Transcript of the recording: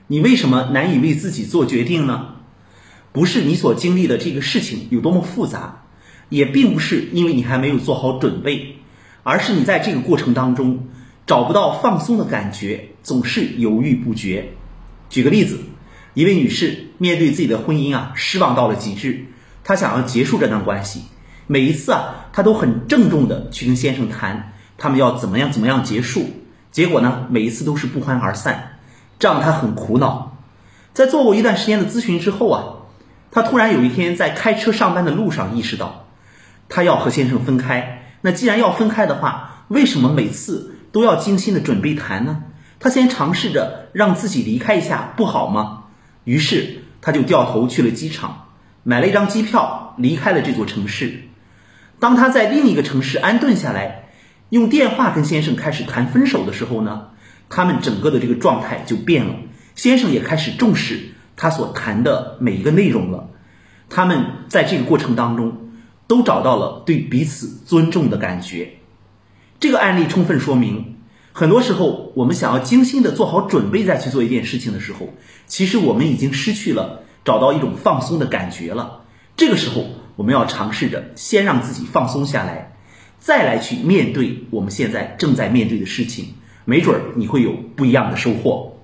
你为什么难以为自己做决定呢？不是你所经历的这个事情有多么复杂，也并不是因为你还没有做好准备，而是你在这个过程当中找不到放松的感觉，总是犹豫不决。举个例子，一位女士面对自己的婚姻失望到了极致，她想要结束这段关系，每一次她都很郑重的去跟先生谈，他们要怎么样结束，结果呢，每一次都是不欢而散，这让她很苦恼。在做过一段时间的咨询之后她突然有一天在开车上班的路上意识到，她要和先生分开。那既然要分开的话，为什么每次都要精心的准备谈呢？她先尝试着让自己离开一下不好吗？于是她就掉头去了机场，买了一张机票离开了这座城市。当她在另一个城市安顿下来，用电话跟先生开始谈分手的时候呢，他们整个的这个状态就变了，先生也开始重视他所谈的每一个内容了。他们在这个过程当中都找到了对彼此尊重的感觉。这个案例充分说明，很多时候我们想要精心的做好准备再去做一件事情的时候，其实我们已经失去了找到一种放松的感觉了。这个时候我们要尝试着先让自己放松下来，再来去面对我们现在正在面对的事情，没准你会有不一样的收获。